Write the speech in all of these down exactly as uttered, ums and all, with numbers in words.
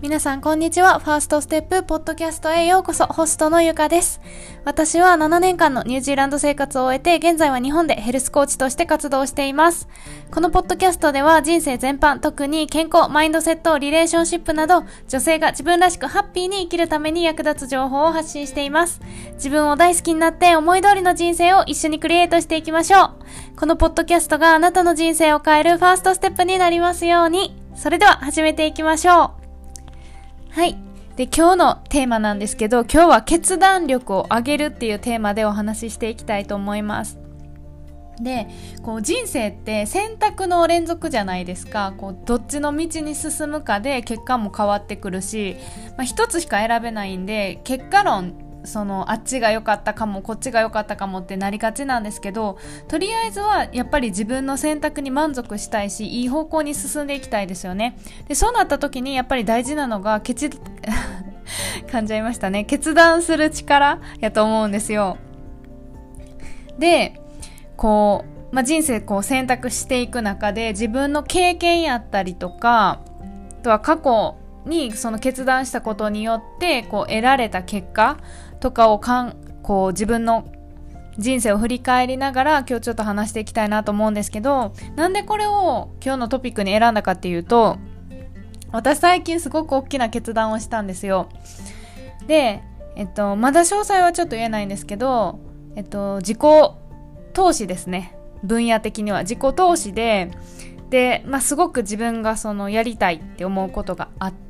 皆さんこんにちは。ファーストステップポッドキャストへようこそ。ホストのゆかです。私はななねんかんのニュージーランド生活を終えて、現在は日本でヘルスコーチとして活動しています。このポッドキャストでは人生全般、特に健康、マインドセット、リレーションシップなど、女性が自分らしくハッピーに生きるために役立つ情報を発信しています。自分を大好きになって思い通りの人生を一緒にクリエイトしていきましょう。このポッドキャストがあなたの人生を変えるファーストステップになりますように。それでは始めていきましょう。はい。で、今日のテーマなんですけど、今日は決断力を上げるっていうテーマでお話ししていきたいと思います。で、こう人生って選択の連続じゃないですか。こうどっちの道に進むかで結果も変わってくるし、まあ、一つしか選べないんで、結果論、そのあっちが良かったかもこっちが良かったかもってなりがちなんですけど、とりあえずはやっぱり自分の選択に満足したいし、いい方向に進んでいきたいですよね。で、そうなった時にやっぱり大事なのが決噛んじゃいましたね決断する力やと思うんですよ。で、こう、まあ、人生こう選択していく中で自分の経験やったりとか、あとは過去にその決断したことによってこう得られた結果とかをかんこう自分の人生を振り返りながら今日ちょっと話していきたいなと思うんですけど、なんでこれを今日のトピックに選んだかっていうと、私最近すごく大きな決断をしたんですよ。で、えっとまだ詳細はちょっと言えないんですけど、えっと自己投資ですね。分野的には自己投資でで、まあ、すごく自分がそのやりたいって思うことがあって、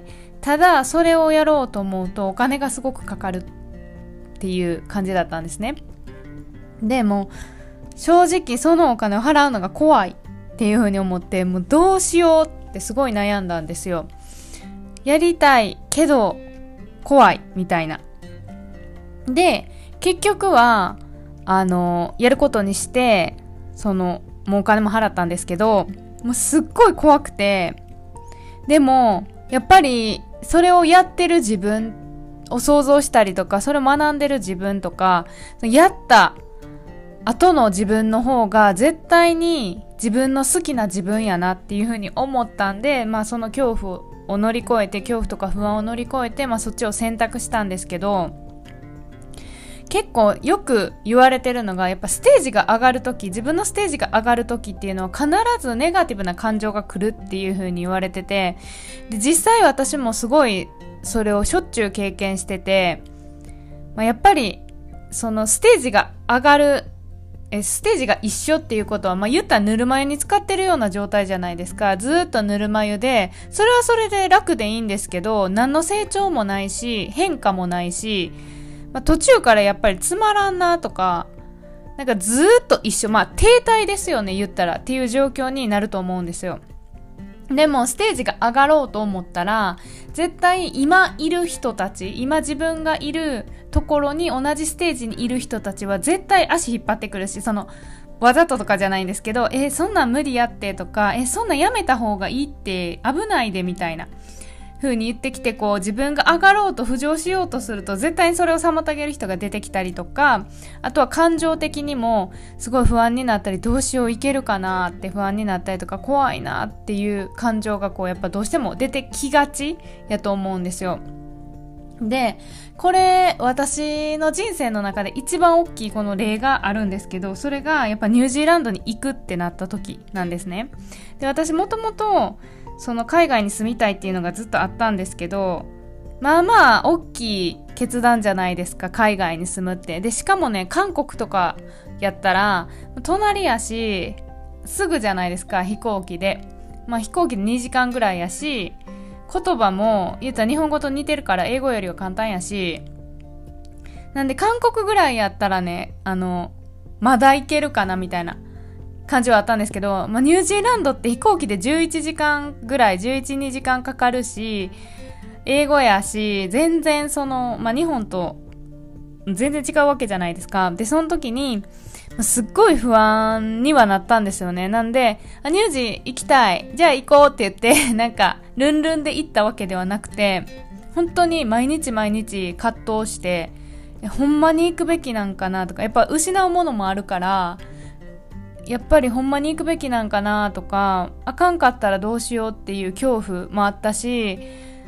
ただそれをやろうと思うとお金がすごくかかるっていう感じだったんですね。でも正直そのお金を払うのが怖いっていう風に思って、もうどうしようってすごい悩んだんですよ。やりたいけど怖いみたいな。で、結局はあのやることにして、そのもうお金も払ったんですけど、もうすっごい怖くて、でもやっぱりそれをやってる自分を想像したりとか、それを学んでる自分とか、やった後の自分の方が絶対に自分の好きな自分やなっていう風に思ったんで、まあその恐怖を乗り越えて、恐怖とか不安を乗り越えて、まあそっちを選択したんですけど、結構よく言われてるのが、やっぱステージが上がるとき、自分のステージが上がるときっていうのは必ずネガティブな感情が来るっていう風に言われてて、で実際私もすごいそれをしょっちゅう経験してて、まあ、やっぱりそのステージが上がるえステージが一緒っていうことは、まあ、言ったらぬるま湯に浸かってるような状態じゃないですか。ずーっとぬるま湯で、それはそれで楽でいいんですけど、何の成長もないし変化もないし、まあ、途中からやっぱりつまらんなとか、なんかずーっと一緒、まあ停滞ですよね、言ったらっていう状況になると思うんですよ。でもステージが上がろうと思ったら、絶対今いる人たち、今自分がいるところに同じステージにいる人たちは絶対足引っ張ってくるし、そのわざととかじゃないんですけど、えそんなん無理やってとか、えそんなんやめた方がいいって危ないでみたいな風に言ってきて、こう自分が上がろうと浮上しようとすると絶対にそれを妨げる人が出てきたりとか、あとは感情的にもすごい不安になったり、どうしよういけるかなって不安になったりとか、怖いなっていう感情がこうやっぱどうしても出てきがちやと思うんですよ。で、これ私の人生の中で一番大きいこの例があるんですけど、それがやっぱニュージーランドに行くってなった時なんですね。で、私もともとその海外に住みたいっていうのがずっとあったんですけど、まあまあ大きい決断じゃないですか、海外に住むって。で、しかもね、韓国とかやったら隣やし、すぐじゃないですか、飛行機で。まあ飛行機でにじかんぐらいやし、言葉も言ったら日本語と似てるから英語よりは簡単やし、なんで韓国ぐらいやったらね、あのまだ行けるかなみたいな感じはあったんですけど、まあ、ニュージーランドって飛行機でじゅういちじかんぐらい、じゅういち、にじかんかかるし、英語やし、全然その、まあ、日本と全然違うわけじゃないですか。で、その時にすっごい不安にはなったんですよね。なんで、あ、ニュージー行きたい、じゃあ行こうって言ってなんかルンルンで行ったわけではなくて、本当に毎日毎日葛藤して、ほんまに行くべきなんかなとか、やっぱ失うものもあるから、やっぱりほんまに行くべきなんかなとか、あかんかったらどうしようっていう恐怖もあったし、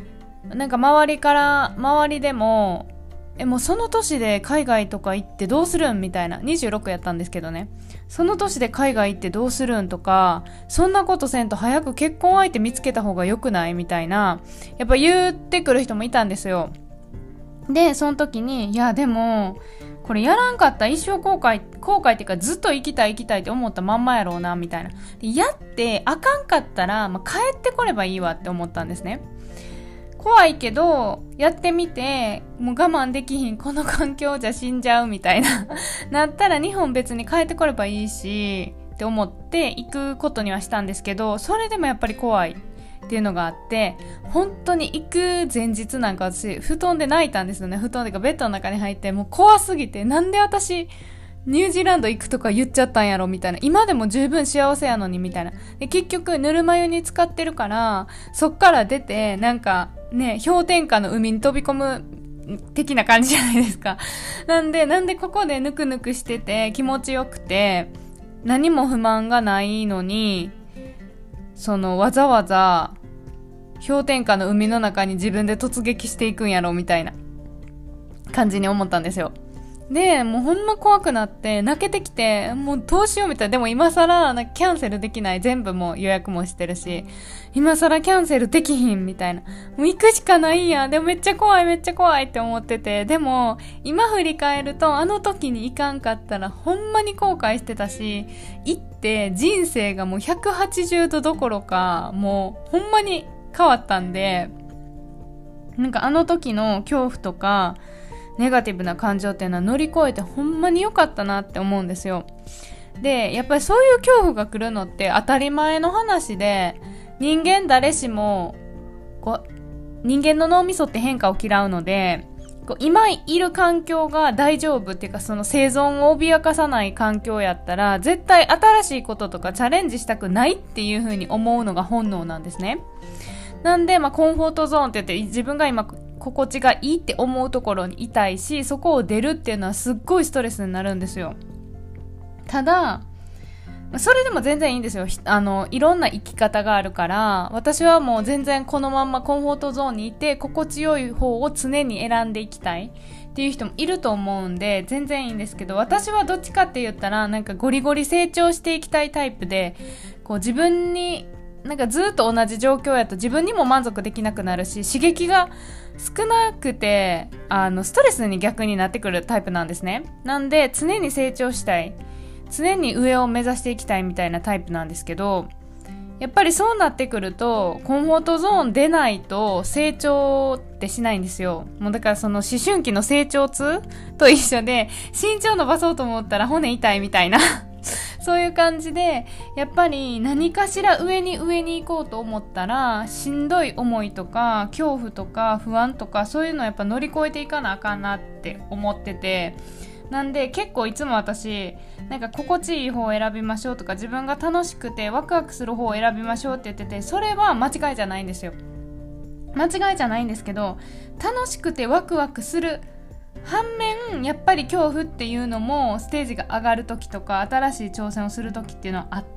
なんか周りから周りでもえもうその年で海外とか行ってどうするんみたいな、にじゅうろくやったんですけどね、その年で海外行ってどうするんとか、そんなことせんと早く結婚相手見つけた方が良くないみたいな、やっぱ言ってくる人もいたんですよ。でその時に、いやでもこれやらんかったら一生後悔後悔っていうか、ずっと行きたい行きたいって思ったまんまやろうなみたいな。でやってあかんかったら、まあ、帰ってこればいいわって思ったんですね。怖いけどやってみて、もう我慢できひん、この環境じゃ死んじゃうみたいななったら日本別に帰ってこればいいしって思って行くことにはしたんですけど、それでもやっぱり怖いっていうのがあって、本当に行く前日なんか私布団で泣いたんですよね。布団でかベッドの中に入って、もう怖すぎて、なんで私ニュージーランド行くとか言っちゃったんやろみたいな、今でも十分幸せやのにみたいな。で結局ぬるま湯に浸かってるから、そっから出てなんかね、氷点下の海に飛び込む的な感じじゃないですか。なんでなんでここでぬくぬくしてて気持ちよくて何も不満がないのに、そのわざわざ氷点下の海の中に自分で突撃していくんやろみたいな感じに思ったんですよ。でもうほんま怖くなって泣けてきて、もうどうしようみたいな。でも今更なんかキャンセルできない、全部もう予約もしてるし、今更キャンセルできひんみたいな、もう行くしかないやん。でもめっちゃ怖いめっちゃ怖いって思ってて、でも今振り返るとあの時に行かんかったらほんまに後悔してたし、行って人生がもうひゃくはちじゅうどどころかもうほんまに変わったんで、なんかあの時の恐怖とかネガティブな感情っていうのは乗り越えてほんまに良かったなって思うんですよ。でやっぱりそういう恐怖が来るのって当たり前の話で、人間誰しもこう人間の脳みそって変化を嫌うので、こう今いる環境が大丈夫っていうか、その生存を脅かさない環境やったら絶対新しいこととかチャレンジしたくないっていう風に思うのが本能なんですね。なんで、まあ、コンフォートゾーンって言って自分が今心地がいいって思うところにいたいし、そこを出るっていうのはすっごいストレスになるんですよ。ただそれでも全然いいんですよ。あのいろんな生き方があるから、私はもう全然このまんまコンフォートゾーンにいて心地よい方を常に選んでいきたいっていう人もいると思うんで全然いいんですけど、私はどっちかって言ったらなんかゴリゴリ成長していきたいタイプで、こう自分になんかずっと同じ状況やと自分にも満足できなくなるし、刺激が少なくてあのストレスに逆になってくるタイプなんですね。なんで常に成長したい、常に上を目指していきたいみたいなタイプなんですけど、やっぱりそうなってくるとコンフォートゾーン出ないと成長ってしないんですよ。もうだからその思春期の成長痛と一緒で、身長伸ばそうと思ったら骨痛いみたいなそういう感じで、やっぱり何かしら上に上に行こうと思ったらしんどい思いとか恐怖とか不安とかそういうのをやっぱ乗り越えていかなあかんなって思ってて、なんで結構いつも私なんか心地いい方を選びましょうとか、自分が楽しくてワクワクする方を選びましょうって言ってて、それは間違いじゃないんですよ。間違いじゃないんですけど、楽しくてワクワクする反面やっぱり恐怖っていうのもステージが上がる時とか新しい挑戦をする時っていうのはあって、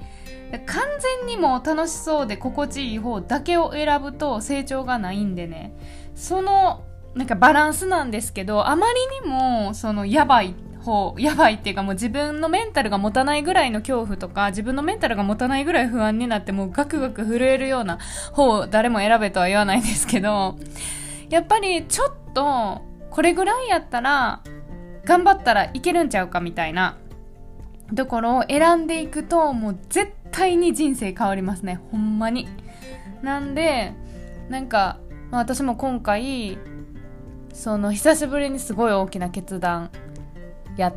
完全にもう楽しそうで心地いい方だけを選ぶと成長がないんでね、そのなんかバランスなんですけど、あまりにもそのやばい方やばいっていうか、もう自分のメンタルが持たないぐらいの恐怖とか自分のメンタルが持たないぐらい不安になってもうガクガク震えるような方を誰も選べとは言わないんですけど、やっぱりちょっとこれぐらいやったら頑張ったらいけるんちゃうかみたいなところを選んでいくと、もう絶対に人生変わりますね、ほんまに。なんでなんか、まあ、私も今回その久しぶりにすごい大きな決断やって、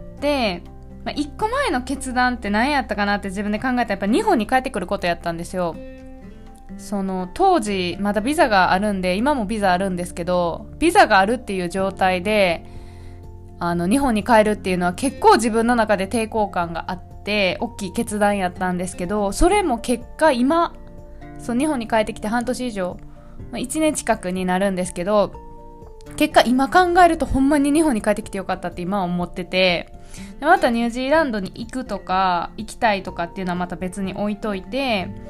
まあ、いっこまえの決断って何やったかなって自分で考えたらやっぱ日本に帰ってくることやったんですよ。その当時まだビザがあるんで、今もビザあるんですけど、ビザがあるっていう状態であの日本に帰るっていうのは結構自分の中で抵抗感があって大きい決断やったんですけど、それも結果今そう日本に帰ってきて半年以上、まあ、いちねん近くになるんですけど、結果今考えるとほんまに日本に帰ってきてよかったって今は思ってて、でまたニュージーランドに行くとか行きたいとかっていうのはまた別に置いといて、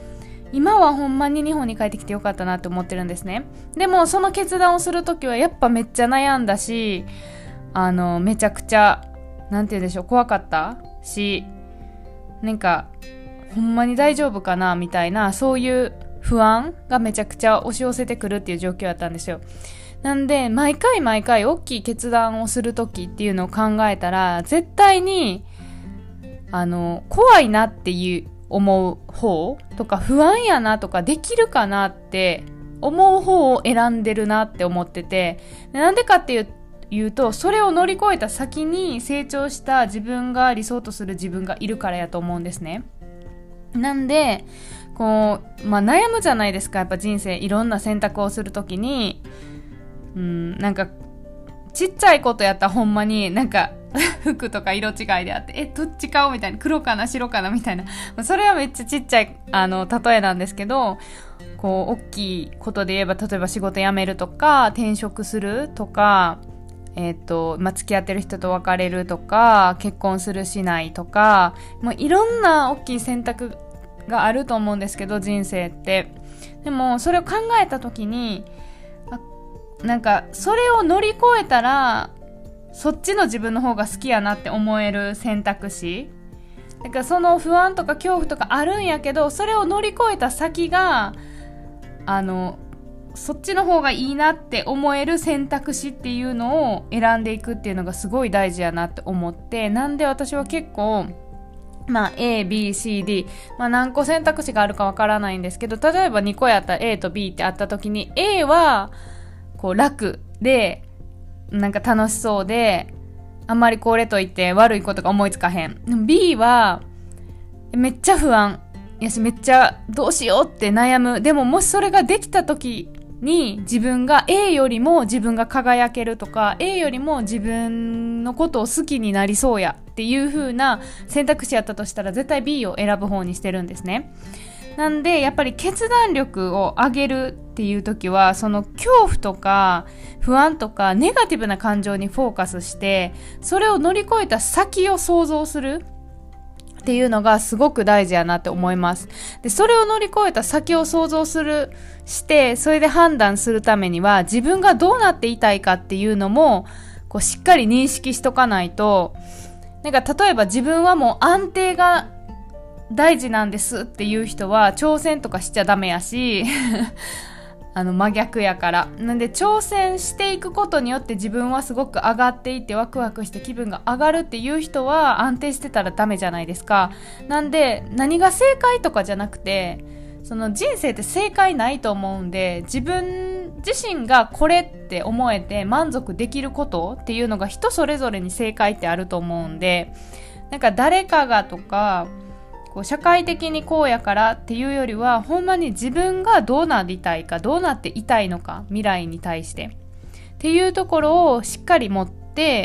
今はほんまに日本に帰ってきてよかったなって思ってるんですね。でもその決断をするときはやっぱめっちゃ悩んだし、あのめちゃくちゃなんて言うんでしょう、怖かったし、なんかほんまに大丈夫かなみたいな、そういう不安がめちゃくちゃ押し寄せてくるっていう状況だったんですよ。なんで毎回毎回大きい決断をするときっていうのを考えたら、絶対にあの怖いなっていう思う方とか、不安やなとか、できるかなって思う方を選んでるなって思ってて、なんでかっていう言うと、それを乗り越えた先に成長した自分が、理想とする自分がいるからやと思うんですね。なんでこう、まあ、悩むじゃないですか。やっぱ人生いろんな選択をするときに、うん、なんかちっちゃいことやったらほんまになんか服とか色違いであって、えどっち買おうみたいな、黒かな白かなみたいな、それはめっちゃちっちゃいあの例えなんですけど、こう大きいことで言えば、例えば仕事辞めるとか転職するとか、えっとまあ、付き合ってる人と別れるとか、結婚するしないとか、もういろんな大きい選択があると思うんですけど、人生って。でもそれを考えた時に、なんかそれを乗り越えたらそっちの自分の方が好きやなって思える選択肢だから、その不安とか恐怖とかあるんやけど、それを乗り越えた先があのそっちの方がいいなって思える選択肢っていうのを選んでいくっていうのがすごい大事やなって思って、なんで私は結構まあ A、B、C、D、まあ何個選択肢があるかわからないんですけど、例えばにこやったら A と B ってあった時に、 A はこう楽でなんか楽しそうで、あんまりこれといって悪いことが思いつかへん。 B はめっちゃ不安やし、めっちゃどうしようって悩む。でももしそれができた時に、自分が A よりも自分が輝けるとか、 A よりも自分のことを好きになりそうやっていう風な選択肢やったとしたら、絶対 B を選ぶ方にしてるんですね。なんでやっぱり決断力を上げるっていう時は、その恐怖とか不安とかネガティブな感情にフォーカスして、それを乗り越えた先を想像するっていうのがすごく大事やなって思います。で、それを乗り越えた先を想像するして、それで判断するためには、自分がどうなっていたいかっていうのもこうしっかり認識しとかないと、なんか例えば自分はもう安定が大事なんですっていう人は挑戦とかしちゃダメやしあの真逆やから。なんで挑戦していくことによって自分はすごく上がっていって、ワクワクして気分が上がるっていう人は安定してたらダメじゃないですか。なんで何が正解とかじゃなくて、その人生って正解ないと思うんで、自分自身がこれって思えて満足できることっていうのが人それぞれに正解ってあると思うんで、なんか誰かがとかこう社会的にこうやからっていうよりは、ほんまに自分がどうなりたいか、どうなっていたいのか、未来に対してっていうところをしっかり持って、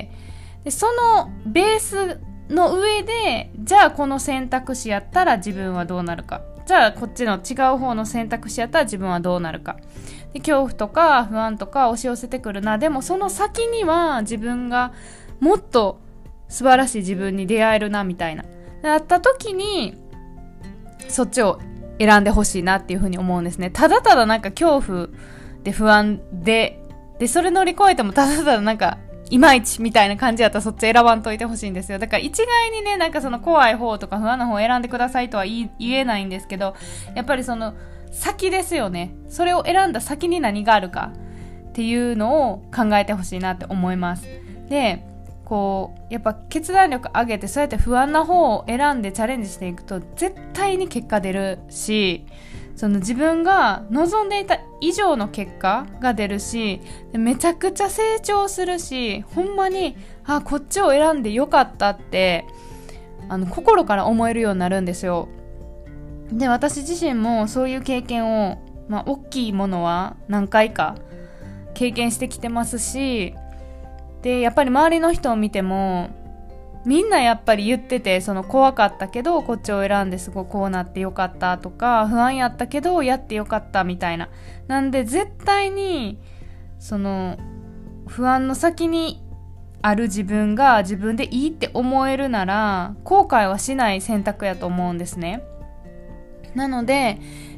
でそのベースの上で、じゃあこの選択肢やったら自分はどうなるか、じゃあこっちの違う方の選択肢やったら自分はどうなるか、で恐怖とか不安とか押し寄せてくるな、でもその先には自分がもっと素晴らしい自分に出会えるなみたいななった時に、そっちを選んでほしいなっていう風に思うんですね。ただただなんか恐怖で不安ででそれ乗り越えてもただただなんかいまいちみたいな感じやったら、そっち選ばんといてほしいんですよ。だから一概にね、なんかその怖い方とか不安な方を選んでくださいとは言えないんですけど、やっぱりその先ですよね。それを選んだ先に何があるかっていうのを考えてほしいなって思います。でこうやっぱ決断力上げて、そうやって不安な方を選んでチャレンジしていくと絶対に結果出るし、その自分が望んでいた以上の結果が出るし、めちゃくちゃ成長するし、ほんまにあこっちを選んでよかったってあの心から思えるようになるんですよ。で私自身もそういう経験を、まあ、大きいものは何回か経験してきてますし、でやっぱり周りの人を見てもみんなやっぱり言ってて、その怖かったけどこっちを選んですごいこうなってよかったとか、不安やったけどやってよかったみたいな。なんで絶対にその不安の先にある自分が自分でいいって思えるなら後悔はしない選択やと思うんですね。なので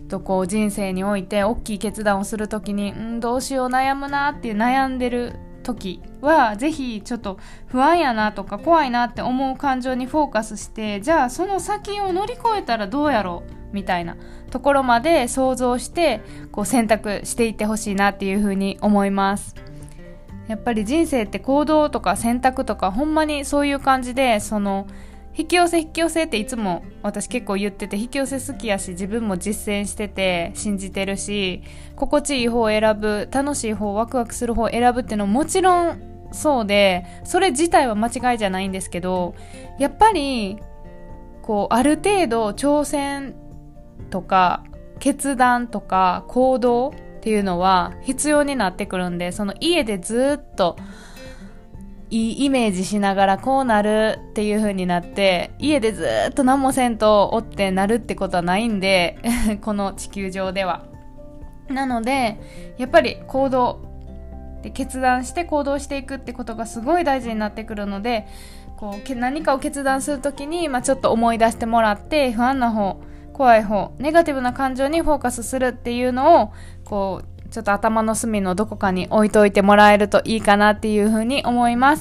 とこう人生において大きい決断をするときに、んどうしよう悩むなっていう悩んでる時は、ぜひちょっと不安やなとか怖いなって思う感情にフォーカスして、じゃあその先を乗り越えたらどうやろうみたいなところまで想像してこう選択していってほしいなっていうふうに思います。やっぱり人生って行動とか選択とかほんまにそういう感じで、その引き寄せ引き寄せっていつも私結構言ってて、引き寄せ好きやし自分も実践してて信じてるし、心地いい方を選ぶ、楽しい方、ワクワクする方を選ぶっていうのももちろんそうで、それ自体は間違いじゃないんですけど、やっぱりこうある程度挑戦とか決断とか行動っていうのは必要になってくるんで、その家でずっといいイメージしながらこうなるっていう風になって家でずっと何もせんとおってなるってことはないんでこの地球上では。なのでやっぱり行動で決断して行動していくってことがすごい大事になってくるので、こう何かを決断するときに、まあ、ちょっと思い出してもらって、不安な方、怖い方、ネガティブな感情にフォーカスするっていうのをこうちょっと頭の隅のどこかに置いといてもらえるといいかなっていうふうに思います。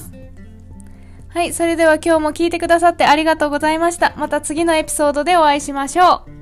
はい、それでは今日も聞いてくださってありがとうございました。また次のエピソードでお会いしましょう。